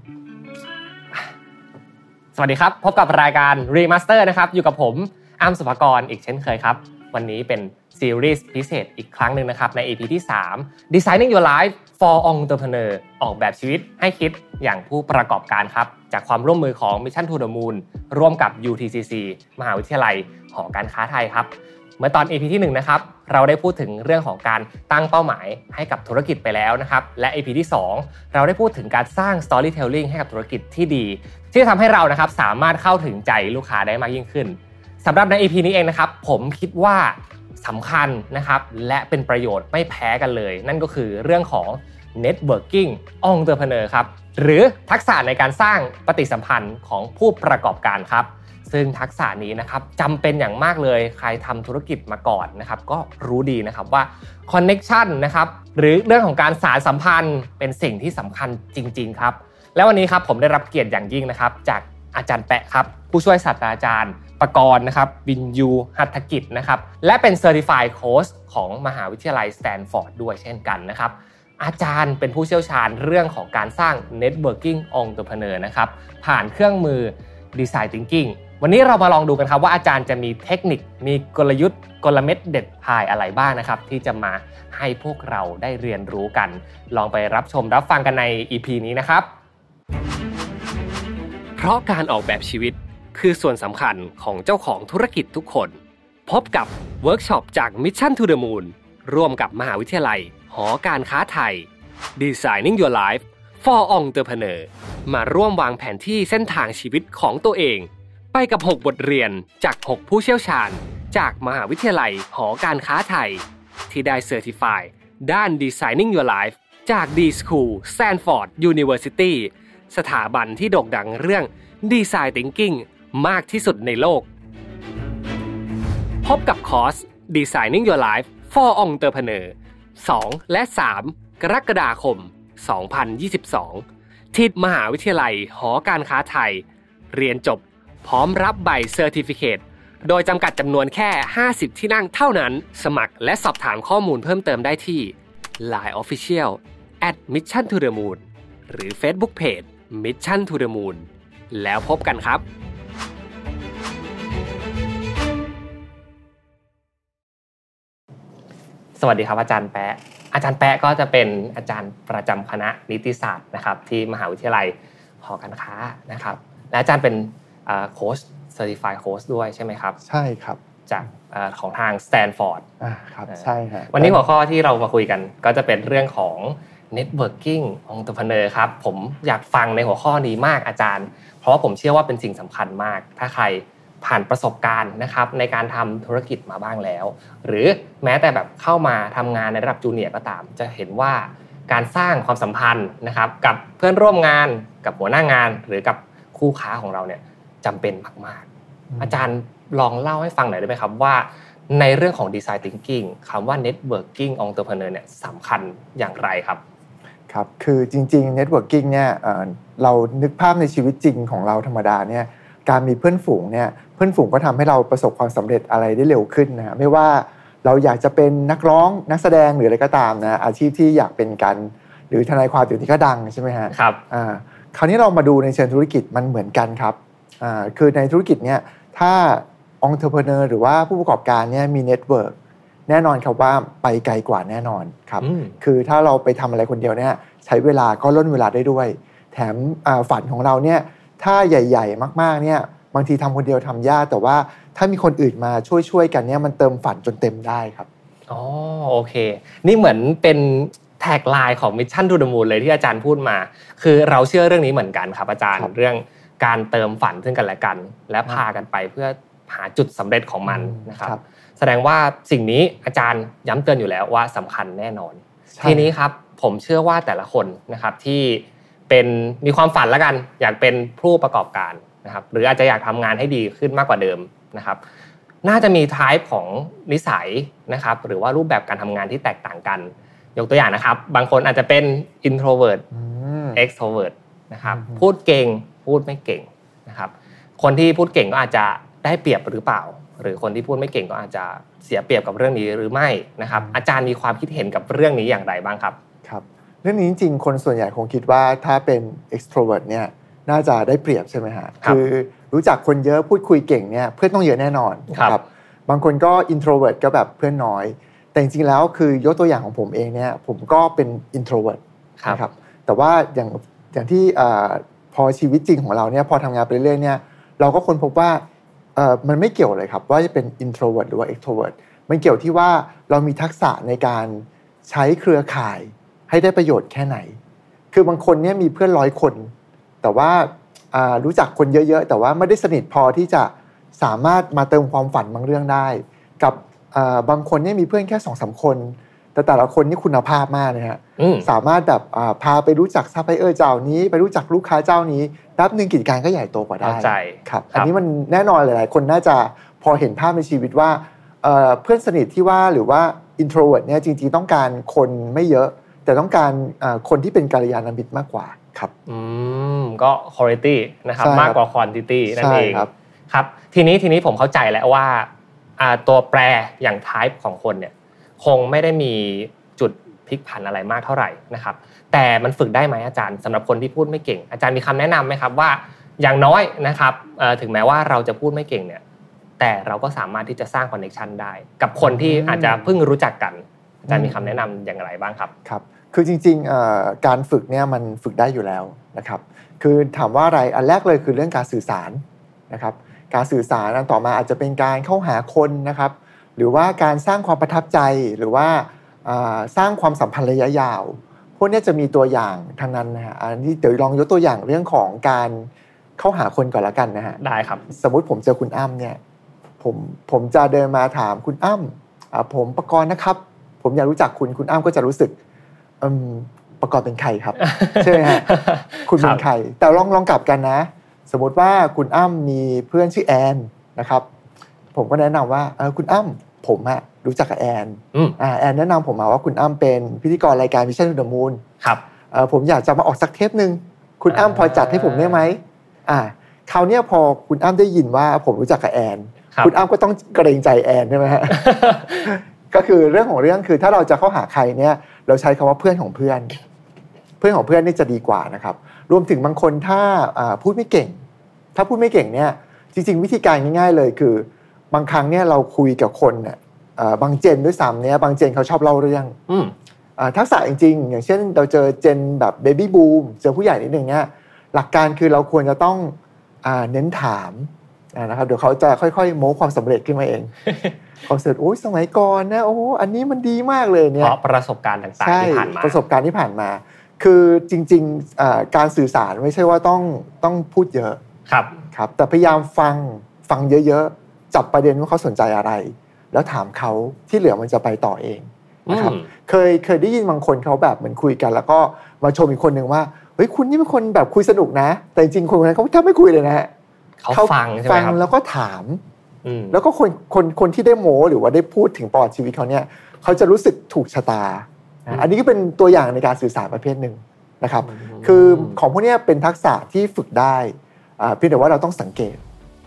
สวัสดีครับพบกับรายการ Remaster นะครับอยู่กับผมอ้ำสุภกรอีกเช่นเคยครับวันนี้เป็นซีรีส์พิเศษอีกครั้งนึงนะครับใน EP ที่3 Designing Your Life for Entrepreneur ออกแบบชีวิตให้คิดอย่างผู้ประกอบการครับจากความร่วมมือของ Mission to the Moon ร่วมกับ UTCC มหาวิทยาลัยหอการค้าไทยครับเมื่อตอน EP ที่1นะครับเราได้พูดถึงเรื่องของการตั้งเป้าหมายให้กับธุรกิจไปแล้วนะครับและ EP ที่2เราได้พูดถึงการสร้าง Storytelling ให้กับธุรกิจที่ดีที่จะทำให้เรานะครับสามารถเข้าถึงใจลูกค้าได้มากยิ่งขึ้นสำหรับใน EP นี้เองนะครับผมคิดว่าสำคัญนะครับและเป็นประโยชน์ไม่แพ้กันเลยนั่นก็คือเรื่องของ Networking Entrepreneur ครับหรือทักษะในการสร้างปฏิสัมพันธ์ของผู้ประกอบการครับซึ่งทักษะนี้นะครับจำเป็นอย่างมากเลยใครทำธุรกิจมาก่อนนะครับก็รู้ดีนะครับว่า Connection นะครับหรือเรื่องของการสานสัมพันธ์เป็นสิ่งที่สำคัญจริงๆครับแล้ววันนี้ครับผมได้รับเกียรติอย่างยิ่งนะครับจากอาจารย์แปะครับผู้ช่วยศาสตราจารย์ประกรณ์นะครับวินยูหัตถกิจนะครับและเป็น Certified Coach ของมหาวิทยาลัยสแตนฟอร์ดด้วยเช่นกันนะครับอาจารย์เป็นผู้เชี่ยวชาญเรื่องของการสร้าง Networking Entrepreneur นะครับผ่านเครื่องมือ Design Thinking วันนี้เรามาลองดูกันครับว่าอาจารย์จะมีเทคนิคมีกลยุทธ์กลเม็ดเด็ดพายอะไรบ้างนะครับที่จะมาให้พวกเราได้เรียนรู้กันลองไปรับชมรับฟังกันใน EP นี้นะครับเพราะการออกแบบชีวิตคือส่วนสำคัญของเจ้าของธุรกิจทุกคนพบกับเวิร์กช็อปจาก Mission to the Moon ร่วมกับมหาวิทยาลัยหอการค้าไทย Designing Your Life for Entrepreneur มาร่วมวางแผนที่เส้นทางชีวิตของตัวเองไปกับ6บทเรียนจาก6ผู้เชี่ยวชาญจากมหาวิทยาลัยหอการค้าไทยที่ได้เซอร์ติฟายด้าน Designing Your Life จาก D-School Stanford University สถาบันที่โด่งดังเรื่อง Design Thinking มากที่สุดในโลกพบกับคอร์ส Designing Your Life for Entrepreneur 2 และ 3 กรกฎาคม 2022 ที่มหาวิทยาลัยหอการค้าไทยเรียนจบพร้อมรับใบเซอร์ติฟิเคตโดยจำกัดจำนวนแค่50ที่นั่งเท่านั้นสมัครและสอบถามข้อมูลเพิ่มเติมได้ที่ Line Official @Mission to the Moon หรือ Facebook Page Mission to the Moon แล้วพบกันครับสวัสดีครับอาจารย์แปะอาจารย์แปะก็จะเป็นอาจารย์ประจำคณะนิติศาสตร์นะครับที่มหาวิทยาลัยหอการค้านะครับและอาจารย์เป็นโค้ช Certified Coach ด้วยใช่ไหมครับใช่ครับจากของทาง Stanford ครับใช่ครับวันนี้หัวข้อที่เรามาคุยกันก็จะเป็นเรื่องของ Networking Entrepreneur ครับผมอยากฟังในหัวข้อนี้มากอาจารย์เพราะว่าผมเชื่อว่าเป็นสิ่งสำคัญมากถ้าใครผ่านประสบการณ์นะครับในการทำธุรกิจมาบ้างแล้วหรือแม้แต่แบบเข้ามาทำงานในระดับจูเนียร์ก็ตามจะเห็นว่าการสร้างความสัมพันธ์นะครับกับเพื่อนร่วมงานกับหัวหน้างานหรือกับคู่ค้าของเราเนี่ยจำเป็นมากๆอาจารย์ลองเล่าให้ฟังหน่อยได้ไหมครับว่าในเรื่องของ Design Thinking คำว่า Networking Entrepreneur เนี่ยสำคัญอย่างไรครับครับคือจริงๆ Networking เนี่ยเรานึกภาพในชีวิตจริงของเราธรรมดาเนี่ยการมีเพื่อนฝูงเนี่ยเพื่อนฝูงก็ทำให้เราประสบความสำเร็จอะไรได้เร็วขึ้นนะไม่ว่าเราอยากจะเป็นนักร้องนักแสดงหรืออะไรก็ตามนะอาชีพที่อยากเป็นกันหรือทนายความอยู่ที่ก็ดังใช่ไหมฮะครับคราวนี้เรามาดูในเชิงธุรกิจมันเหมือนกันครับคือในธุรกิจเนี่ยถ้า entrepreneur หรือว่าผู้ประกอบการเนี่ยมีเน็ตเวิร์กแน่นอนครับว่าไปไกลกว่าแน่นอนครับคือถ้าเราไปทำอะไรคนเดียวเนี่ยใช้เวลาก็ล่นเวลาได้ด้วยแถมฝันของเราเนี่ยถ้าใหญ่ๆมากๆเนี่ยบางทีทำคนเดียวทำยากแต่ว่าถ้ามีคนอื่นมาช่วยกันเนี่ยมันเติมฝันจนเต็มได้ครับอ๋อโอเคนี่เหมือนเป็นแท็กไลน์ของ Mission to the Moon เลยที่อาจารย์พูดมาคือเราเชื่อเรื่องนี้เหมือนกันครับอาจารย์เรื่องการเติมฝันซึ่งกันและกันและพากันไปเพื่อหาจุดสำเร็จของมันนะครับแสดงว่าสิ่งนี้อาจารย์ย้ำเตือนอยู่แล้วว่าสำคัญแน่นอนทีนี้ครับผมเชื่อว่าแต่ละคนนะครับที่เป็นมีความฝันแล้วกันอยากเป็นผู้ประกอบการนะครับหรืออาจจะอยากทำงานให้ดีขึ้นมากกว่าเดิมนะครับน่าจะมี type ของนิสัยนะครับหรือว่ารูปแบบการทำงานที่แตกต่างกันยกตัวอย่างนะครับบางคนอาจจะเป็น introvert extrovert นะครับพูดเก่งพูดไม่เก่งนะครับคนที่พูดเก่งก็อาจจะได้เปรียบหรือเปล่าหรือคนที่พูดไม่เก่งก็อาจจะเสียเปรียบกับเรื่องนี้หรือไม่นะครับอาจารย์มีความคิดเห็นกับเรื่องนี้อย่างไรบ้างครับครับเรื่องนี้จริงๆคนส่วนใหญ่คงคิดว่าถ้าเป็น extrovert เนี่ยน่าจะได้เปรียบใช่ไหมฮะคือรู้จักคนเยอะพูดคุยเก่งเนี่ยเพื่อนต้องเยอะแน่นอนครับบางคนก็ introvert ก็แบบเพื่อนน้อยแต่จริงๆแล้วคือยกตัวอย่างของผมเองเนี่ยผมก็เป็น introvert นะครับแต่ว่าอย่างที่พอชีวิตจริงของเราเนี่ยพอทำงานไปเรื่อยๆเนี่ยเราก็ค้นพบว่ามันไม่เกี่ยวเลยครับว่าจะเป็น introvert หรือว่า extrovert มันเกี่ยวที่ว่าเรามีทักษะในการใช้เครือข่ายให้ได้ประโยชน์แค่ไหนคือบางคนเนี่ยมีเพื่อน100 คนแต่ว่ารู้จักคนเยอะๆแต่ว่าไม่ได้สนิทพอที่จะสามารถมาเติมความฝันบางเรื่องได้กับบางคนเนี่ยมีเพื่อนแค่ 2-3 คนแต่ละคนนี่คุณภาพมากเลยฮะสามารถแบบพาไปรู้จักซัพพลายเออร์เจ้านี้ไปรู้จักลูกค้าเจ้านี้แป๊บนึงกิจการก็ใหญ่โตกว่าได้ครับอันนี้มันแน่นอนหลายๆคนน่าจะพอเห็นภาพในชีวิตว่าเพื่อนสนิทที่ว่าหรือว่า introvert เนี่ยจริงๆต้องการคนไม่เยอะแต่ต้องการคนที่เป็นกัลยาณมิตรมากกว่าครับก็ quality นะครับมากกว่า quantity นั่นเองครับทีนี้ผมเข้าใจแล้วว่าตัวแปรอย่าง type ของคนเนี่ยคงไม่ได้มีจุดพลิกผันอะไรมากเท่าไหร่นะครับแต่มันฝึกได้ไหมอาจารย์สำหรับคนที่พูดไม่เก่งอาจารย์มีคำแนะนำไหมครับว่าอย่างน้อยนะครับถึงแม้ว่าเราจะพูดไม่เก่งเนี่ยแต่เราก็สามารถที่จะสร้าง connection ได้กับคนที่อาจจะเพิ่งรู้จักกันอาจารย์มีคำแนะนำอย่างไรบ้างครับครับคือจริงๆการฝึกเนี่ยมันฝึกได้อยู่แล้วนะครับคือถามว่าอะไรอันแรกเลยคือเรื่องการสื่อสารนะครับการสื่อสารอันต่อมาอาจจะเป็นการเข้าหาคนนะครับหรือว่าการสร้างความประทับใจหรือว่าสร้างความสัมพันธ์ระยะยาวพวกนี้จะมีตัวอย่างทั้งนั้นนะฮะอันนี้เดี๋ยวลองยกตัวอย่างเรื่องของการเข้าหาคนก่อนละกันนะฮะได้ครับสมมุติผมเจอคุณอ้ำเนี่ยผมจะเดินมาถามคุณอ้ำผมประกรณ์นะครับผมอยากรู้จักคุณอ้ำก็จะรู้สึกประกรณ์เป็นใครครับใช่ไหมฮะคุณเป็นใครแต่ลองกลับกันนะสมมติว่าคุณอ้ำมีเพื่อนชื่อแอนนะครับผมก็แนะนำว่าคุณอ้ำผมรู้จักกับแอนแอนแนะนำผมมาว่าคุณอ้ำเป็นพิธีกรรายการ Mission to the Moon ครับผมอยากจะมาออกสักเทปนึงคุณอ้ำพอจัดให้ผมได้ไหมคราวนี้พอคุณอ้ำได้ยินว่าผมรู้จักกับแอนคุณอ้ำก็ต้องเกรงใจแอนใช่ไหมฮะ ก็คือเรื่องของเรื่องคือถ้าเราจะเข้าหาใครเนี่ยเราใช้คำว่าเพื่อนของเพื่อนของเพื่อนนี่จะดีกว่านะครับรวมถึงบางคนถ้าพูดไม่เก่งถ้าพูดไม่เก่งเนี่ยจริงๆวิธีการง่ายๆเลยคือบางครั้งเนี่ยเราคุยกับคนเนี่ยบางเจนด้วยซ้ำเนี่ยบางเจนเขาชอบเล่าเรื่องทักษะจริงๆอย่างเช่นเราเจอเจนแบบเบบี้บูมเจอผู้ใหญ่นิดนึงเนี่ยหลักการคือเราควรจะต้องเน้นถามนะครับเดี๋ยวเขาจะค่อยๆโม้ความสำเร็จขึ้นมาเองเขาเสร็จโอ้ยสมัยก่อนนะโอ้อันนี้มันดีมากเลยเนี่ยเพราะประสบการณ์ต่างๆที่ผ่านมาประสบการณ์ที่ผ่านมาคือจริงๆการสื่อสารไม่ใช่ว่าต้องพูดเยอะครับแต่พยายามฟังเยอะๆจับประเด็นว่าเขาสนใจอะไรแล้วถามเขาที่เหลือมันจะไปต่อเองนะครับเคยได้ยินบางคนเขาแบบเหมือนคุยกันแล้วก็มาชมอีกคนนึงว่าเฮ้ยคุณนี่เป็นคนแบบคุยสนุกนะแต่จริงๆคนนั้นเขาแทบไม่คุยเลยนะฮะเขาฟังใช่ไหมครับแล้วก็ถามแล้วก็คนที่ได้โม้หรือว่าได้พูดถึงประวัติชีวิตเขาเนี่ยเขาจะรู้สึกถูกชะตาอันนี้ก็เป็นตัวอย่างในการสื่อสารประเภทหนึ่งนะครับคือของพวกนี้เป็นทักษะที่ฝึกได้เพียงแต่ว่าเราต้องสังเกต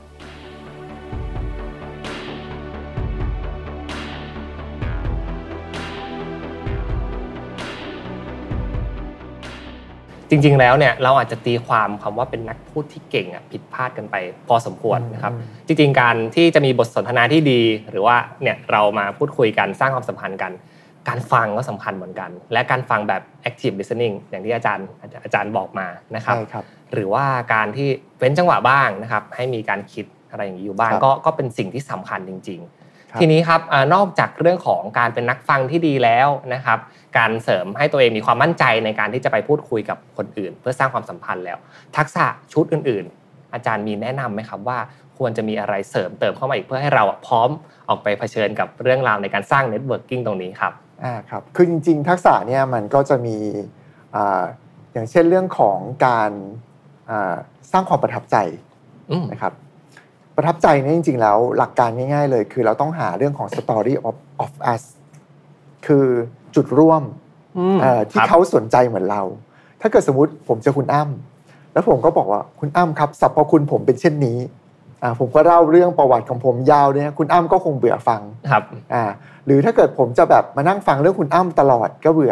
จริงๆแล้วเนี่ยเราอาจจะตีความคำว่าเป็นนักพูดที่เก่งผิดพลาดกันไปพอสมควรนะครับจริงๆการที่จะมีบทสนทนาที่ดีหรือว่าเนี่ยเรามาพูดคุยกันสร้างความสัมพันธ์กันการฟังก็สำคัญเหมือนกันและการฟังแบบ active listening อย่างที่อาจารย์บอกมานะครับหรือว่าการที่เว้นจังหวะบ้างนะครับให้มีการคิดอะไรอย่างนี้อยู่บ้างก็เป็นสิ่งที่สำคัญจริงๆทีนี้ครับนอกจากเรื่องของการเป็นนักฟังที่ดีแล้วนะครับการเสริมให้ตัวเองมีความมั่นใจในการที่จะไปพูดคุยกับคนอื่นเพื่อสร้างความสัมพันธ์แล้วทักษะชุดอื่นๆอาจารย์มีแนะนำไหมครับว่าควรจะมีอะไรเสริมเติมเข้ามาอีกเพื่อให้เราพร้อมออกไปเผชิญกับเรื่องราวในการสร้างเน็ตเวิร์กิ่งตรงนี้ครับครับคือจริงๆทักษะเนี่ยมันก็จะมีอย่างเช่นเรื่องของการสร้างความประทับใจนะครับประทับใจเนี่ยจริงๆแล้วหลักการง่ายๆเลยคือเราต้องหาเรื่องของ story of us คือจุดร่วมที่เขาสนใจเหมือนเราถ้าเกิดสมมุติผมเจอคุณอ้ำแล้วผมก็บอกว่าคุณอ้ำครับสรรพคุณผมเป็นเช่นนี้ผมก็เล่าเรื่องประวัติของผมยาวเนี่ยคุณอ้ำก็คงเบื่อฟังครับหรือถ้าเกิดผมจะแบบมานั่งฟังเรื่องคุณอ้ำตลอดก็เบื่อ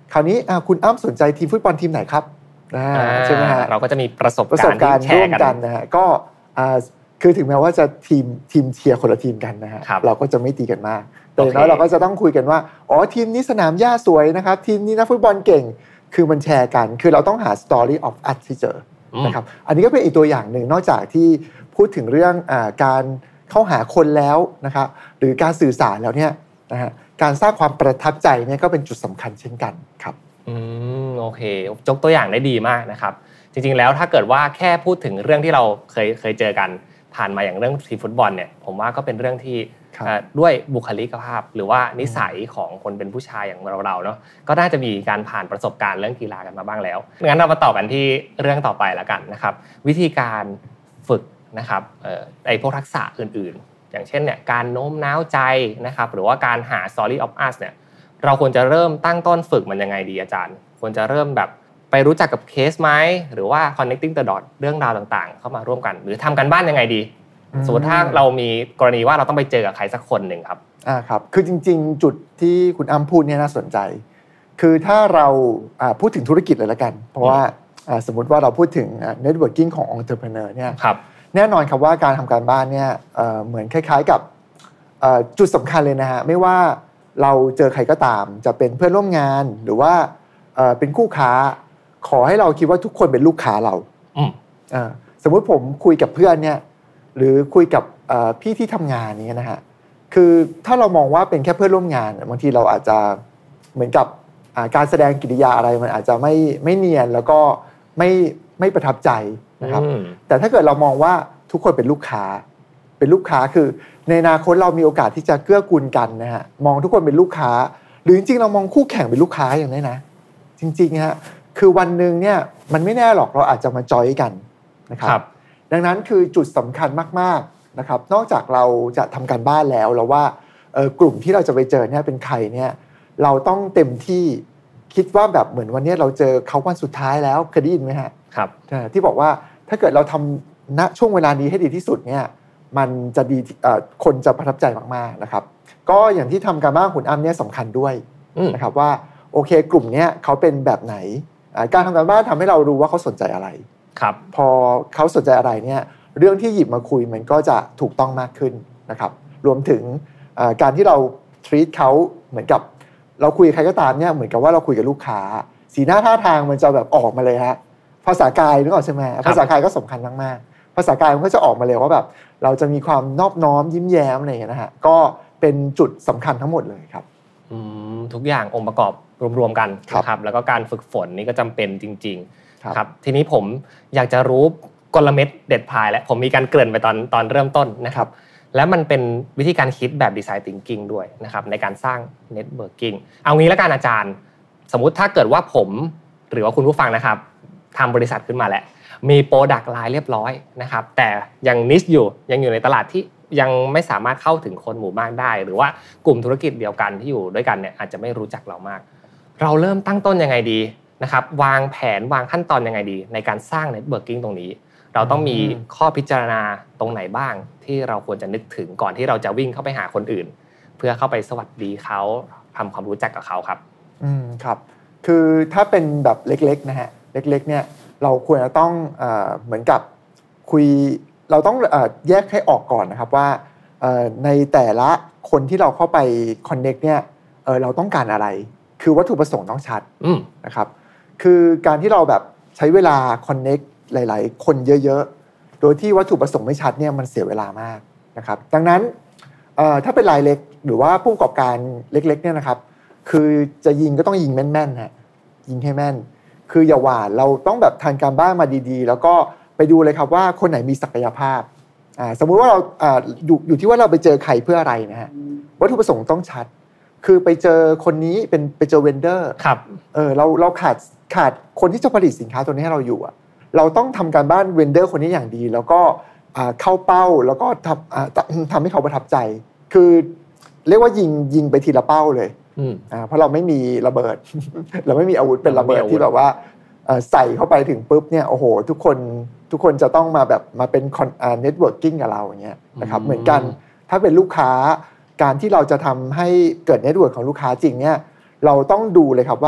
คราวนี้คุณอ้ำสนใจทีมฟุตบอลทีมไหนครับใช่ไหมฮะเราก็จะมีประสบการณ์ร่วมกันนะฮะก็คือถึงแม้ว่าจะทีมเชียร์คนละทีมกันนะฮะเราก็จะไม่ตีกันมากแต่อย่างน้อยเราก็จะต้องคุยกันว่าทีมนี้สนามหญ้าสวยนะครับทีมนี้นักฟุตบอลเก่งคือมันแชร์กันคือเราต้องหา story of us ที่เจอนะครับอันนี้ก็เป็นอีกตัวอย่างหนึ่งนอกจากที่พูดถึงเรื่องการเข้าหาคนแล้วนะครับหรือการสื่อสารแล้วเนี่ยนะฮะการสร้างความประทับใจเนี่ยก็เป็นจุดสำคัญเช่นกันครับโอเคยกตัวอย่างได้ดีมากนะครับจริงๆแล้วถ้าเกิดว่าแค่พูดถึงเรื่องที่เราเคยเจอกันผ่านมาอย่างเรื่องทีมฟุตบอลเนี่ยผมว่าก็เป็นเรื่องที่ด้วยบุคลิกภาพหรือว่านิสัยของคนเป็นผู้ชายอย่างเราเนาะก็น่าจะมีการผ่านประสบการณ์เรื่องกีฬากันมาบ้างแล้วงั้นเรามาต่อกันที่เรื่องต่อไปแล้วกันนะครับวิธีการฝึกนะครับไอ้พวกทักษะอื่นๆอย่างเช่นเนี่ยการโน้มน้าวใจนะครับหรือว่าการหา story of us เนี่ยเราควรจะเริ่มตั้งต้นฝึกมันยังไงดีอาจารย์ควรจะเริ่มแบบไปรู้จักกับเคสไหมหรือว่า connecting the dot เรื่องราวต่างๆเข้ามาร่วมกันหรือทำกันบ้านยังไงดีสมมติถ้าเรามีกรณีว่าเราต้องไปเจอกับใครสักคนหนึ่งครับครับคือจริงๆจุดที่คุณอ้ำพูดเนี่ยน่าสนใจคือถ้าเราพูดถึงธุรกิจเลยละกันเพราะว่าสมมุติว่าเราพูดถึง networking ของ entrepreneur เนี่ยแน่นอนครับว่าการทำการบ้านเนี่ยเหมือนคล้ายๆกับจุดสำคัญเลยนะฮะไม่ว่าเราเจอใครก็ตามจะเป็นเพื่อนร่วมงานหรือว่าเป็นคู่ค้าขอให้เราคิดว่าทุกคนเป็นลูกค้าเราสมมุติผมคุยกับเพื่อนเนี่ยหรือคุยกับพี่ที่ทำงานนี้นะฮะคือถ้าเรามองว่าเป็นแค่เพื่อนร่วมงานบางทีเราอาจจะเหมือนกับการแสดงกิริยาอะไรมันอาจจะไม่เนียนแล้วก็ไม่ประทับใจนะครับแต่ถ้าเกิดเรามองว่าทุกคนเป็นลูกค้าคือในอนาคตเรามีโอกาสที่จะเกื้อกูลกันนะฮะมองทุกคนเป็นลูกค้าหรือจริงๆเรามองคู่แข่งเป็นลูกค้าอย่างนี้นะจริงๆฮะคือวันนึงเนี่ยมันไม่แน่หรอกเราอาจจะมาจอยกันนะครับดังนั้นคือจุดสำคัญมากๆนะครับนอกจากเราจะทำการบ้านแล้วเราว่ากลุ่มที่เราจะไปเจอเนี่ยเป็นใครเนี่ยเราต้องเต็มที่คิดว่าแบบเหมือนวันนี้เราเจอเขาวันสุดท้ายแล้วเคยได้ยินไหมฮะครับที่บอกว่าถ้าเกิดเราทำณช่วงเวลานี้ให้ดีที่สุดเนี่ยมันจะดีคนจะประทับใจมากๆนะครับก็อย่างที่ทำการบ้านคุณอ้ำเนี่ยสำคัญด้วยนะครับว่าโอเคกลุ่มนี้เขาเป็นแบบไหนการทำการบ้านทำให้เรารู้ว่าเขาสนใจอะไรครับพอเขาสนใจอะไรเนี่ยเรื่องที่หยิบมาคุยมันก็จะถูกต้องมากขึ้นนะครับรวมถึงการที่เรา treat เขาเหมือนกับเราคุยกับใครก็ตามเนี่ยเหมือนกับว่าเราคุยกับลูกค้าสีหน้าท่าทางมันจะแบบออกมาเลยฮะภาษากายนึกออกใช่ไหมภาษากายก็สำคัญมากๆภาษากายมันก็จะออกมาเลยว่าแบบเราจะมีความนอบน้อมยิ้มแย้มอะไรอย่างเงี้ยนะฮะก็เป็นจุดสำคัญทั้งหมดเลยครับทุกอย่างองค์ประกอบรวมๆกันนะครับแล้วก็การฝึกฝนนี่ก็จำเป็นจริงๆครับทีนี้ผมอยากจะรู้กลเม็ดเด็ดพายและผมมีการเกริ่นไปตอนเริ่มต้นนะครับแล้วมันเป็นวิธีการคิดแบบดีไซน์ thinking ด้วยนะครับในการสร้าง networking เอางี้แล้วกันอาจารย์สมมุติถ้าเกิดว่าผมหรือว่าคุณผู้ฟังนะครับทำบริษัทขึ้นมาแล้วมีโปรดักต์ไลน์เรียบร้อยนะครับแต่ยังนิชอยู่ในตลาดที่ยังไม่สามารถเข้าถึงคนหมู่มากได้หรือว่ากลุ่มธุรกิจเดียวกันที่อยู่ด้วยกันเนี่ยอาจจะไม่รู้จักเรามากเราเริ่มตั้งต้นยังไงดีนะครับวางแผนวางขั้นตอนยังไงดีในการสร้าง networking ตรงนี้เราต้องมีข้อพิจารณาตรงไหนบ้างที่เราควรจะนึกถึงก่อนที่เราจะวิ่งเข้าไปหาคนอื่นเพื่อเข้าไปสวัสดีเขาทำความรู้จักกับเขาครับครับคือถ้าเป็นแบบเล็กๆนะฮะเล็กๆเนี่ยเราควรจะต้องเหมือนกับคุยเราต้องแยกให้ออกก่อนนะครับว่าในแต่ละคนที่เราเข้าไป connect เนี่ยเราต้องการอะไรคือวัตถุประสงค์ต้องชัดนะครับคือการที่เราแบบใช้เวลา connect หลายๆคนเยอะๆโดยที่วัตถุประสงค์ไม่ชัดเนี่ยมันเสียเวลามากนะครับดังนั้นถ้าเป็นรายเล็กหรือว่าผู้ประกอบการเล็กๆเนี่ยนะครับคือจะยิงก็ต้องยิงแม่นๆฮะยิงให้แม่นคืออย่าหวานเราต้องแบบทำการบ้านมาดีๆแล้วก็ไปดูเลยครับว่าคนไหนมีศักยภาพสมมุติว่าเราอยู่ที่ว่าเราไปเจอใครเพื่ออะไรนะฮะวัตถุประสงค์ต้องชัดคือไปเจอคนนี้ไปเจอเวนเดอร์ครับเราขาดคนที่จะผลิตสินค้าตัวนี้ให้เราอยู่เราต้องทำการบ้านเวนเดอร์คนนี้อย่างดีแล้วก็เข้าเป้าแล้วก็ทำให้เขาประทับใจคือเรียกว่ายิงไปทีละเป้าเลยเพราะเราไม่มีระเบิด เราไม่มีอาวุธเป็นระเบิดที่แบบว่าใส่เข้าไปถึงปุ๊บเนี่ยโอ้โหทุกคนจะต้องมาแบบมาเป็นเน็ตเวิร์กิ่งกับเราอย่างเงี้ยนะครับเหมือนกันถ้าเป็นลูกค้าการที่เราจะทำให้เกิดเน็ตเวิร์กของลูกค้าจริงเนี่ยเราต้องดูเลยครับว่า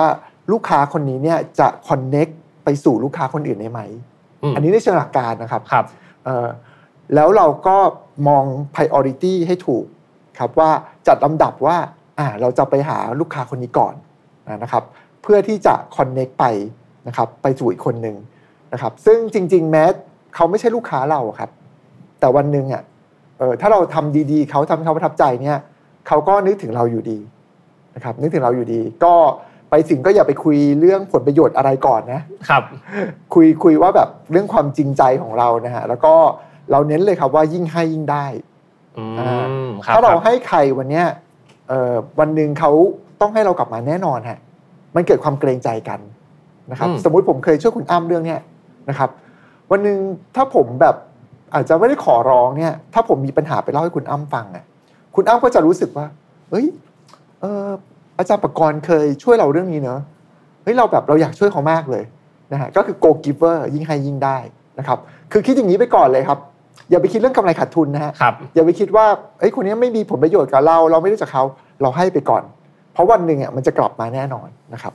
ลูกค้าคนนี้เนี่ยจะ connect ไปสู่ลูกค้าคนอื่นได้ไหมอันนี้ในเชิงหลักการนะครับแล้วเราก็มอง priority ให้ถูกครับว่าจัดลำดับว่าเราจะไปหาลูกค้าคนนี้ก่อนนะครับเพื่อที่จะ connect ไปนะครับไปสู่อีกคนนึงนะครับซึ่งจริงๆแม้เขาไม่ใช่ลูกค้าเราครับแต่วันนึงถ้าเราทำดีๆเขาทำให้เขาประทับใจเนี่ยเขาก็นึกถึงเราอยู่ดีนะครับนึกถึงเราอยู่ดีก็ไปถึงก็อย่าไปคุยเรื่องผลประโยชน์อะไรก่อนนะครับคุยว่าแบบเรื่องความจริงใจของเรานะฮะแล้วก็เราเน้นเลยครับว่ายิ่งให้ยิ่งได้ถ้าเราให้ใครวันเนี้ยวันนึงเขาต้องให้เรากลับมาแน่นอนฮะมันเกิดความเกรงใจกันนะครับสมมุติผมเคยช่วยคุณอ้ำเรื่องเนี้ยนะครับวันนึงถ้าผมแบบอาจจะไม่ได้ขอร้องเนี่ยถ้าผมมีปัญหาไปเล่าให้คุณอ้ำฟังคุณอ้ำก็จะรู้สึกว่าเฮ้ยอาจารย์ประกรณ์เคยช่วยเราเรื่องนี้เนอะเฮ้ยเราอยากช่วยเขามากเลยนะฮะก็คือ go giver ยิ่งให้ยิ่งได้นะครับคือคิดอย่างนี้ไปก่อนเลยครับอย่าไปคิดเรื่องกำไรขาดทุนนะฮะอย่าไปคิดว่าคนนี้ไม่มีผลประโยชน์กับเราไม่รู้จักเขาเราให้ไปก่อนเพราะวันหนึ่งมันจะกลับมาแน่นอนนะครับ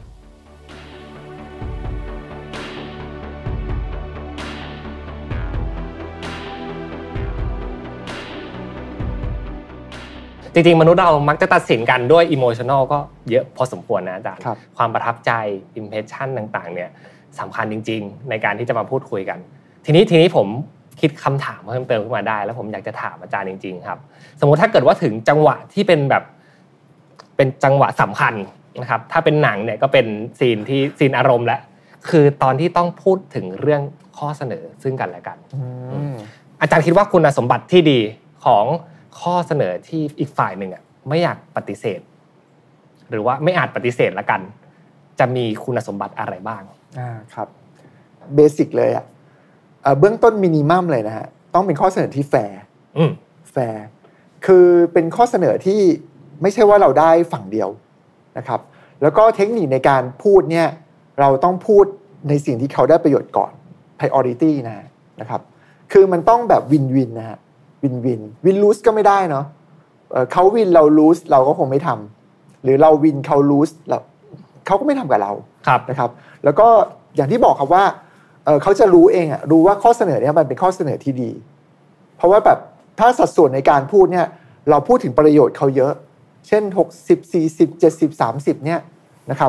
จริงๆมนุษย์เรามักจะตัดสินกันด้วย emotional ก็เยอะพอสมควรนะอาจารย์ความประทับใจ impression ต่างๆเนี่ยสำคัญจริงๆในการที่จะมาพูดคุยกันทีนี้ผมคิดคำถามเพิ่มเติมขึ้นมาได้แล้วผมอยากจะถามอาจารย์จริงๆครับสมมุติถ้าเกิดว่าถึงจังหวะที่เป็นแบบเป็นจังหวะสำคัญนะครับถ้าเป็นหนังเนี่ยก็เป็นซีนอารมณ์แล้วคือตอนที่ต้องพูดถึงเรื่องข้อเสนอซึ่งกันและกันอาจารย์คิดว่าคุณสมบัติที่ดีของข้อเสนอที่อีกฝ่ายหนึ่งไม่อยากปฏิเสธหรือว่าไม่อาจปฏิเสธละกันจะมีคุณสมบัติอะไรบ้างครับเบสิกเลยเบื้องต้นมินิมัมเลยนะฮะต้องเป็นข้อเสนอที่แฟร์คือเป็นข้อเสนอที่ไม่ใช่ว่าเราได้ฝั่งเดียวนะครับแล้วก็เทคนิคในการพูดเนี่ยเราต้องพูดในสิ่งที่เขาได้ประโยชน์ก่อน priority นะครับคือมันต้องแบบวินวินนะฮะวินลูสก็ไม่ได้เนาะเขาวินเราลูสเราก็คงไม่ทำหรือเราวินเขาลูสเขาก็ไม่ทำกับเรานะครับแล้วก็อย่างที่บอกครับว่าเขาจะรู้เองรู้ว่าข้อเสนอเนี่ยมันเป็นข้อเสนอที่ดีเพราะว่าแบบถ้าสัดส่วนในการพูดเนี่ยเราพูดถึงประโยชน์เขาเยอะเช่น60 40 70 30เนี่ยนะครับ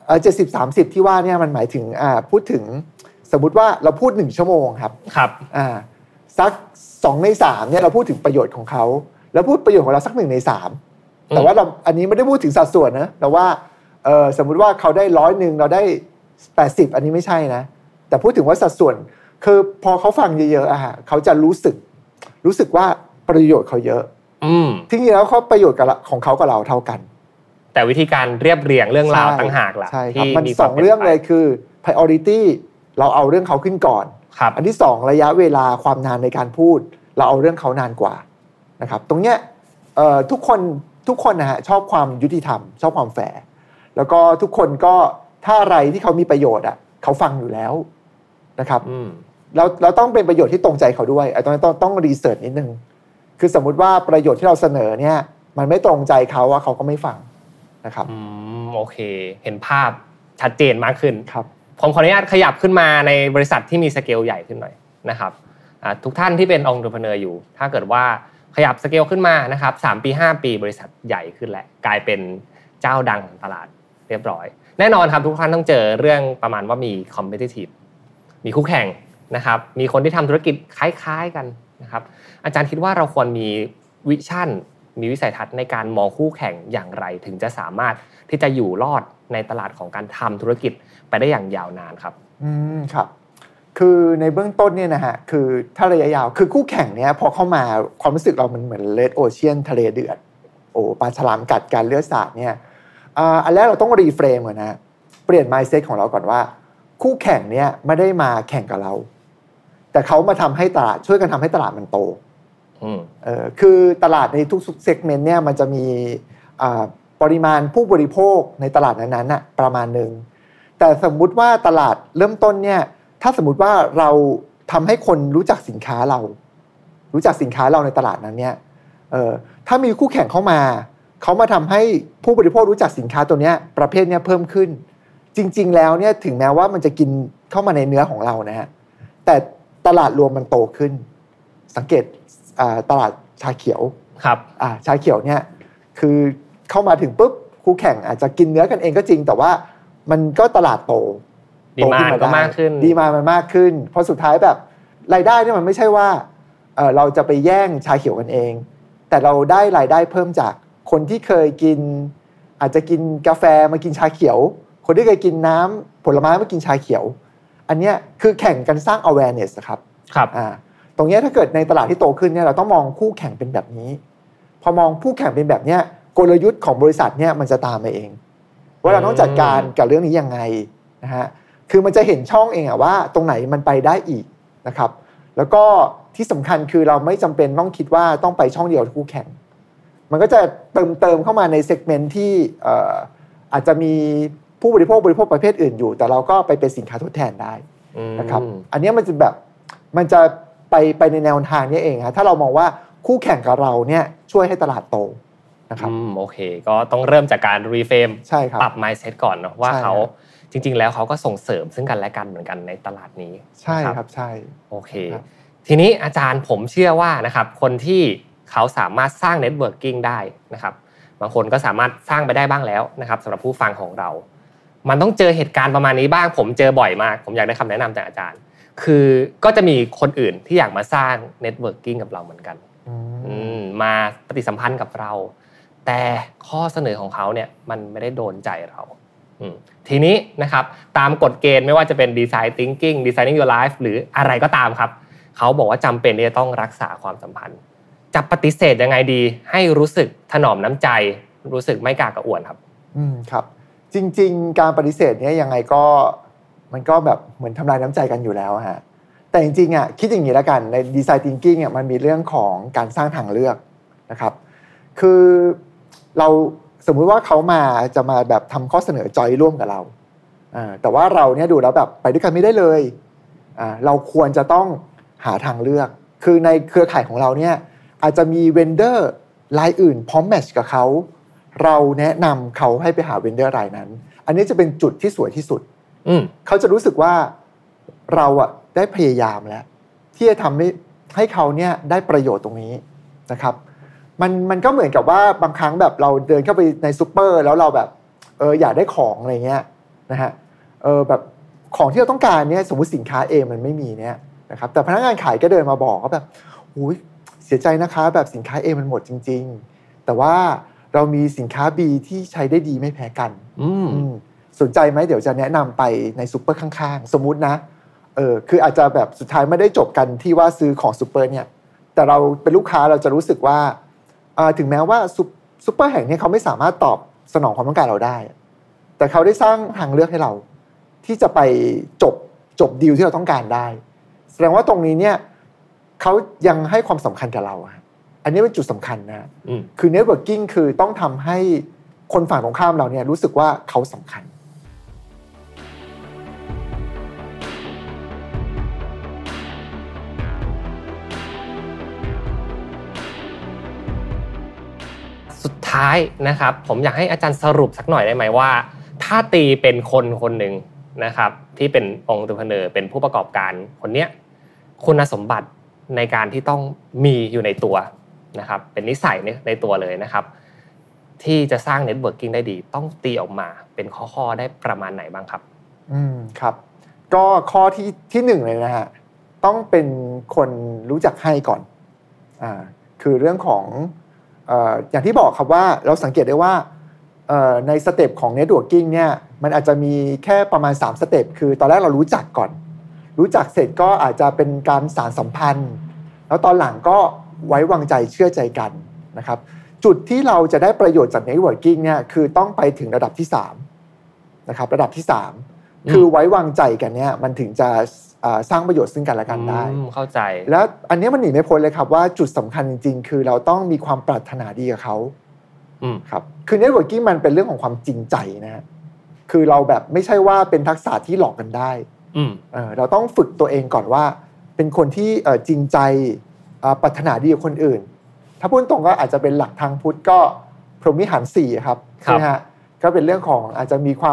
70 30ที่ว่าเนี่ยมันหมายถึงพูดถึงสมมุติว่าเราพูด1ชั่วโมงครับสัก2ใน3เนี่ยเราพูดถึงประโยชน์ของเขาแล้วพูดประโยชน์ของเราสัก1ใน3แต่ว่าเราอันนี้ไม่ได้พูดถึงสัดส่วนนะแต่ว่าสมมุติว่าเขาได้100เราได้80อันนี้ไม่ใช่นะแต่พูดถึงว่าสัดส่วนคือพอเขาฟังเยอะๆเขาจะรู้สึกว่าประโยชน์เขาเยอะที่จริงแล้วเขาประโยชน์ของเขากับเราเท่ากันแต่วิธีการเรียบเรียงเรื่องราวต่างหากล่ะที่มัน2เรื่องเลยคือ priority เราเอาเรื่องเขาขึ้นก่อนอันที่2ระยะเวลาความนานในการพูดเราเอาเรื่องเขานานกว่านะครับตรงเนี้ยทุกคนนะฮะชอบความยุติธรรมชอบความแฟร์แล้วก็ทุกคนก็ถ้าอะไรที่เขามีประโยชน์เขาฟังอยู่แล้วนะครับเราต้องเป็นประโยชน์ที่ตรงใจเขาด้วยต้องรีเสิร์ชนิดนึงคือสมมุติว่าประโยชน์ที่เราเสนอเนี่ยมันไม่ตรงใจเขาว่าเขาก็ไม่ฟังนะครับโอเคเห็นภาพชัดเจนมากขึ้นครับผมขออนุญาตขยับขึ้นมาในบริษัทที่มีสเกลใหญ่ขึ้นหน่อยนะครับทุกท่านที่เป็นentrepreneurอยู่ถ้าเกิดว่าขยับสเกลขึ้นมานะครับ3ปี5ปีบริษัทใหญ่ขึ้นแล้วกลายเป็นเจ้าดังของตลาดเรียบร้อยแน่นอนครับทุกท่านต้องเจอเรื่องประมาณว่ามี competitive มีคู่แข่งนะครับมีคนที่ทำธุรกิจคล้ายๆกันนะครับอาจารย์คิดว่าเราควรมีวิชั่นมีวิสัยทัศน์ในการมองคู่แข่งอย่างไรถึงจะสามารถที่จะอยู่รอดในตลาดของการทำธุรกิจไปได้อย่างยาวนานครับครับคือในเบื้องต้นเนี่ยนะฮะคือถ้าระยะยาวคือคู่แข่งเนี่ยพอเข้ามาความรู้สึกเรามันเหมือนเรดโอเชียนทะเลเดือดปลาฉลามกัดการเลือดสาดเนี่ยอันแรกเราต้องรีเฟรมก่อนนะเปลี่ยน mindset ของเราก่อนว่าคู่แข่งเนี่ยไม่ได้มาแข่งกับเราแต่เขามาทำให้ตลาดช่วยกันทำให้ตลาดมันโตคือตลาดในทุกๆเซกเมนต์เนี่ยมันจะมีปริมาณผู้บริโภคในตลาดนั้นๆประมาณนึงแต่สมมุติว่าตลาดเริ่มต้นเนี่ยถ้าสมมุติว่าเราทำให้คนรู้จักสินค้าเราในตลาดนั้นเนี่ยถ้ามีคู่แข่งเข้ามาเขามาทำให้ผู้บริโภครู้จักสินค้าตัวเนี้ยประเภทเนี้ยเพิ่มขึ้นจริงๆแล้วเนี่ยถึงแม้ว่ามันจะกินเข้ามาในเนื้อของเรานะฮะแต่ตลาดรวมมันโตขึ้นสังเกตตลาดชาเขียวครับชาเขียวเนี่ยคือเข้ามาถึงปุ๊บคู่แข่งอาจจะกินเนื้อกันเองก็จริงแต่ว่ามันก็ตลาดโตดีมานด์ก็มากขึ้นดีมานด์มันมากขึ้นเพราะสุดท้ายแบบรายได้เนี่ยมันไม่ใช่ว่าเราจะไปแย่งชาเขียวกันเองแต่เราได้รายได้เพิ่มจากคนที่เคยกินอาจจะกินกาแฟมากินชาเขียวคนที่เคยกินน้ำผลไม้มากินชาเขียวอันนี้คือแข่งกันสร้าง awareness นะครับตรงนี้ถ้าเกิดในตลาดที่โตขึ้นเนี่ยเราต้องมองคู่แข่งเป็นแบบนี้พอมองคู่แข่งเป็นแบบนี้กลยุทธ์ของบริษัทเนี่ยมันจะตามมาเองว่าเราต้องจัดการกับเรื่องนี้ยังไงนะฮะคือมันจะเห็นช่องเองว่าตรงไหนมันไปได้อีกนะครับแล้วก็ที่สำคัญคือเราไม่จำเป็นต้องคิดว่าต้องไปช่องเดียวกับคู่แข่งมันก็จะเติมเข้ามาในเซกเมนต์ที่อาจจะมีผู้บริโภคประเภทอื่นอยู่แต่เราก็ไปเป็นสินค้าทดแทนได้นะครับอันนี้มันจะแบบมันจะไปในแนวทางนี้เองฮะถ้าเรามองว่าคู่แข่งกับเราเนี่ยช่วยให้ตลาดโตนะครับโอเคก็ต้องเริ่มจากการรีเฟรมปรับ mindset ก่อนเนาะว่าเขาจริงๆแล้วเขาก็ส่งเสริมซึ่งกันและกันเหมือนกันในตลาดนี้ใช่ครับใช่โอเคทีนี้อาจารย์ผมเชื่อว่านะครับคนที่เขาสามารถสร้างเน็ตเวิร์กิ่งได้นะครับบางคนก็สามารถสร้างไปได้บ้างแล้วนะครับสำหรับผู้ฟังของเรามันต้องเจอเหตุการณ์ประมาณนี้บ้างผมเจอบ่อยมากผมอยากได้คำแนะนำจากอาจารย์คือก็จะมีคนอื่นที่อยากมาสร้างเน็ตเวิร์กิ่งกับเราเหมือนกันมาปฏิสัมพันธ์กับเราแต่ข้อเสนอของเขาเนี่ยมันไม่ได้โดนใจเราทีนี้นะครับตามกฎเกณฑ์ไม่ว่าจะเป็น Design Thinking Designing Your Life หรืออะไรก็ตามครับเขาบอกว่าจำเป็นที่จะต้องรักษาความสัมพันธ์จะปฏิเสธยังไงดีให้รู้สึกถนอมน้ำใจรู้สึกไม่กล้ากระอ่วนครับครับจริงๆการปฏิเสธเนี่ยยังไงก็มันก็แบบเหมือนทำลายน้ำใจกันอยู่แล้วฮะแต่จริงๆคิดอย่างนี้แล้วกันใน Design Thinking มันมีเรื่องของการสร้างทางเลือกนะครับคือเราสมมุติว่าเขาจะมาแบบทำข้อเสนอจอยร่วมกับเราแต่ว่าเราเนี่ยดูแล้วแบบไปด้วยกันไม่ได้เลยเราควรจะต้องหาทางเลือกคือในเครือข่ายของเราเนี่ยอาจจะมีเวนเดอร์รายอื่นพร้อมแมทช์กับเขาเราแนะนำเขาให้ไปหาเวนเดอร์รายนั้นอันนี้จะเป็นจุดที่สวยที่สุดเขาจะรู้สึกว่าเราได้พยายามแล้วที่จะทำให้เขาเนี่ยได้ประโยชน์ตรงนี้นะครับมันก็เหมือนกับว่าบางครั้งแบบเราเดินเข้าไปในซูเปอร์แล้วเราแบบอยากได้ของอะไรเงี้ยนะฮะแบบของที่เราต้องการเนี่ยสมมุติสินค้า A มันไม่มีเนี่ยนะครับแต่พนักงานขายก็เดินมาบอกว่าแบบอุ๊ยเสียใจนะคะแบบสินค้า A มันหมดจริงๆแต่ว่าเรามีสินค้า B ที่ใช้ได้ดีไม่แพ้กันสนใจไหมเดี๋ยวจะแนะนำไปในซูเปอร์ข้างๆสมมุตินะคืออาจจะแบบสุดท้ายไม่ได้จบกันที่ว่าซื้อของซูเปอร์เนี่ยแต่เราเป็นลูกค้าเราจะรู้สึกว่าถึงแม้ว่าซูเปอร์แห่งนี้เขาไม่สามารถตอบสนองความต้องการเราได้แต่เขาได้สร้างทางเลือกให้เราที่จะไปจบดีลที่เราต้องการได้แสดงว่าตรงนี้เนี่ยเขายังให้ความสำคัญกับเราอันนี้เป็นจุดสำคัญนะคือ networking คือต้องทำให้คนฝั่งตรงข้ามเราเนี่ยรู้สึกว่าเขาสำคัญสุดท้ายนะครับผมอยากให้อาจารย์สรุปสักหน่อยได้ไหมว่าถ้าตีเป็นคนหนึ่งนะครับที่เป็นentrepreneurเป็นผู้ประกอบการคนเนี้ยคุณสมบัติในการที่ต้องมีอยู่ในตัวนะครับเป็นนิสัยในตัวเลยนะครับที่จะสร้าง networking ได้ดีต้องตีออกมาเป็นข้อได้ประมาณไหนบ้างครับครับก็ข้อที่หนึ่งเลยนะฮะต้องเป็นคนรู้จักให้ก่อนคือเรื่องของอย่างที่บอกครับว่าเราสังเกตได้ว่าในสเต็ปของ networking เนี่ยมันอาจจะมีแค่ประมาณ3สเต็ปคือตอนแรกเรารู้จักก่อนรู้จักเสร็จก็อาจจะเป็นการสานสัมพันธ์แล้วตอนหลังก็ไว้วางใจเชื่อใจกันนะครับจุดที่เราจะได้ประโยชน์จาก networking เนี่ยคือต้องไปถึงระดับที่3นะครับระดับที่3คือไว้วางใจกันเนี่ยมันถึงจะสร้างประโยชน์ซึ่งกันและกันได้เข้าใจแล้วอันนี้มันหนีไม่พ้นเลยครับว่าจุดสำคัญจริงๆคือเราต้องมีความปรารถนาดีกับเขาครับคือ networking มันเป็นเรื่องของความจริงใจนะฮะคือเราแบบไม่ใช่ว่าเป็นทักษะที่หลอกกันได้เราต้องฝึกตัวเองก่อนว่าเป็นคนที่จริงใจปรารถนาดีกับคนอื่นถ้าพูดตรงก็อาจจะเป็นหลักทางพุทธก็พรหมวิหาร4ครับใช่ไหมฮะก็เป็นเรื่องของอาจจะมีความ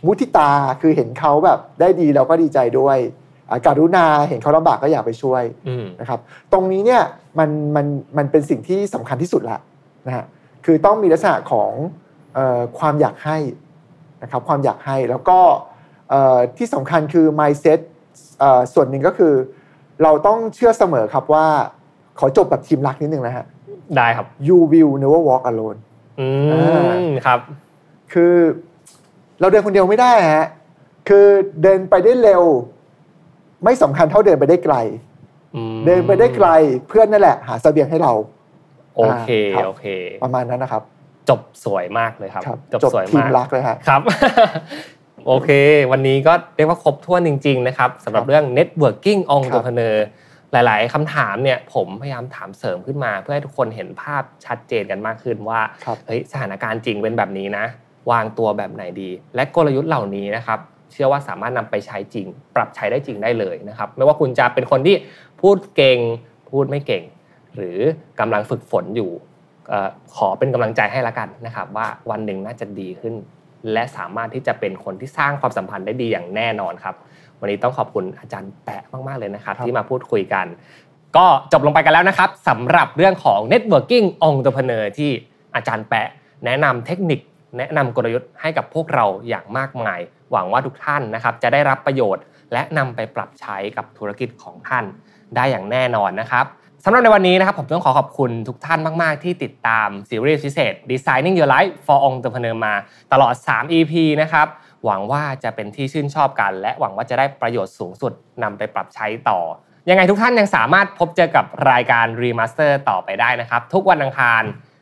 มุทิตาคือเห็นเขาแบบได้ดีเราก็ดีใจด้วยกรุณาเห็นเขาลำบากก็อยากไปช่วยนะครับตรงนี้เนี่ยมันเป็นสิ่งที่สำคัญที่สุดละนะฮะคือต้องมีลักษณะของความอยากให้นะครับความอยากให้แล้วก็ที่สำคัญคือ mindset ส่วนหนึ่งก็คือเราต้องเชื่อเสมอครับว่าขอจบแบบทีมรักนิดนึงนะฮะได้ครับ you will never walk alone ครับคือเราเดินคนเดียวไม่ได้ฮะคือเดินไปได้เร็วไม่สำคัญเท่าเดินไปได้ไกลเดินไปได้ไกลเพื่อนนั่นแหละหาเสบียงให้เราโอเคประมาณนั้นนะครับจบสวยมากเลยครับจบสวยมากทีมรักเลยครับโอเควันนี้ก็เรียกว่าครบถ้วนจริงๆนะครับสำหรับเรื่อง networking entrepreneur หลายๆคำถามเนี่ยผมพยายามถามเสริมขึ้นมาเพื่อให้ทุกคนเห็นภาพชัดเจนกันมากขึ้นว่าเฮ้ยสถานการณ์จริงเป็นแบบนี้นะวางตัวแบบไหนดีและกลยุทธ์เหล่านี้นะครับเชื่อว่าสามารถนำไปใช้จริงปรับใช้ได้จริงได้เลยนะครับไม่ว่าคุณจะเป็นคนที่พูดเก่งพูดไม่เก่งหรือกำลังฝึกฝนอยู่ขอเป็นกำลังใจให้ละกันนะครับว่าวันหนึ่งน่าจะดีขึ้นและสามารถที่จะเป็นคนที่สร้างความสัมพันธ์ได้ดีอย่างแน่นอนครับวันนี้ต้องขอบคุณอาจารย์แปะมากๆเลยนะครับที่มาพูดคุยกันก็จบลงไปกันแล้วนะครับสำหรับเรื่องของ networking entrepreneur ที่อาจารย์แปะแนะนำเทคนิคแนะนำกลยุทธ์ให้กับพวกเราอย่างมากมายหวังว่าทุกท่านนะครับจะได้รับประโยชน์และนำไปปรับใช้กับธุรกิจของท่านได้อย่างแน่นอนนะครับสำหรับในวันนี้นะครับผมต้องขอบคุณทุกท่านมากๆที่ติดตามซีรีส์พิเศษ Designing Your Life for Entrepreneur มาตลอด3 EP นะครับหวังว่าจะเป็นที่ชื่นชอบกันและหวังว่าจะได้ประโยชน์สูงสุดนำไปปรับใช้ต่อยังไงทุกท่านยังสามารถพบเจอกับรายการ Remaster ต่อไปได้นะครับทุกวันอังคาร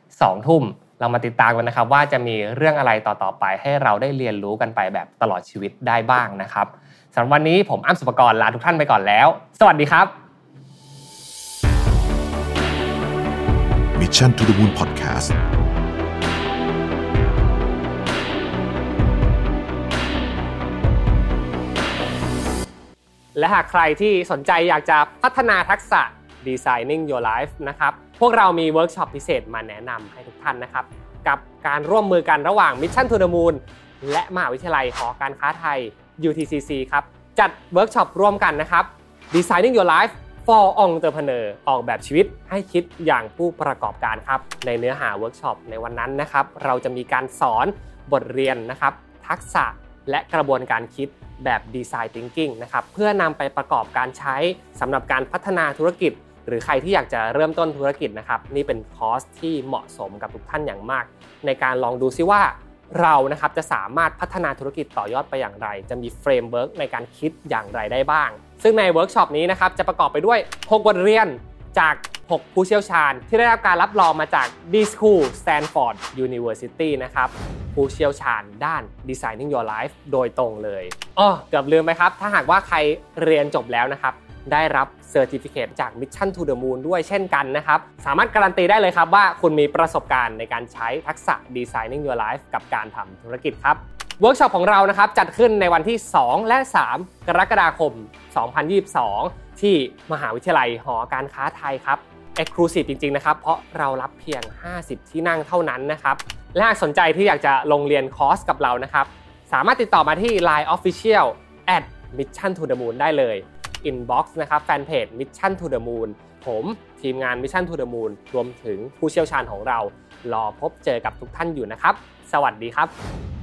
2 ทุ่มเรามาติดตามกันนะครับว่าจะมีเรื่องอะไรต่อๆไปให้เราได้เรียนรู้กันไปแบบตลอดชีวิตได้บ้างนะครับสำหรับวันนี้ผมอ้ำสุภกรลาทุกท่านไปก่อนแล้วสวัสดีครับ Mission to the Moon Podcast และหากใครที่สนใจอยากจะพัฒนาทักษะ Designing Your Life นะครับพวกเรามีเวิร์กช็อปพิเศษมาแนะนำให้ทุกท่านนะครับกับการร่วมมือกันระหว่าง Mission to the Moon และมหาวิทยาลัยหอการค้าไทย UTCC ครับจัดเวิร์กช็อปร่วมกันนะครับ Designing Your Life for Entrepreneur ออกแบบชีวิตให้คิดอย่างผู้ประกอบการครับในเนื้อหาเวิร์กช็อปในวันนั้นนะครับเราจะมีการสอนบทเรียนนะครับทักษะและกระบวนการคิดแบบ Design Thinking นะครับเพื่อนำไปประกอบการใช้สำหรับการพัฒนาธุรกิจหรือใครที่อยากจะเริ่มต้นธุรกิจนะครับนี่เป็นคอร์สที่เหมาะสมกับทุกท่านอย่างมากในการลองดูซิว่าเรานะครับจะสามารถพัฒนาธุรกิจต่อยอดไปอย่างไรจะมีเฟรมเวิร์กในการคิดอย่างไรได้บ้างซึ่งในเวิร์กช็อปนี้นะครับจะประกอบไปด้วย6บทเรียนจาก6ผู้เชี่ยวชาญที่ได้รับการรับรองมาจาก D-School Stanford University นะครับผู้เชี่ยวชาญด้าน Designing Your Life โดยตรงเลยเกือบลืมไปครับถ้าหากว่าใครเรียนจบแล้วนะครับได้รับเซอร์ติฟิเคตจาก Mission to the Moon ด้วยเช่นกันนะครับสามารถการันตีได้เลยครับว่าคุณมีประสบการณ์ในการใช้ทักษะ Designing Your Life กับการทำธุรกิจครับเวิร์กช็อปของเรานะครับจัดขึ้นในวันที่2และ3กรกฎาคม2022ที่มหาวิทยาลัยหอการค้าไทยครับ Exclusive จริงๆนะครับเพราะเรารับเพียง50ที่นั่งเท่านั้นนะครับและหากสนใจที่อยากจะลงเรียนคอร์สกับเรานะครับสามารถติดต่อมาที่ Line Official @Mission to the Moon ได้เลยinbox นะครับแฟนเพจ Mission to the Moon ผมทีมงาน Mission to the Moon รวมถึงผู้เชี่ยวชาญของเรารอพบเจอกับทุกท่านอยู่นะครับสวัสดีครับ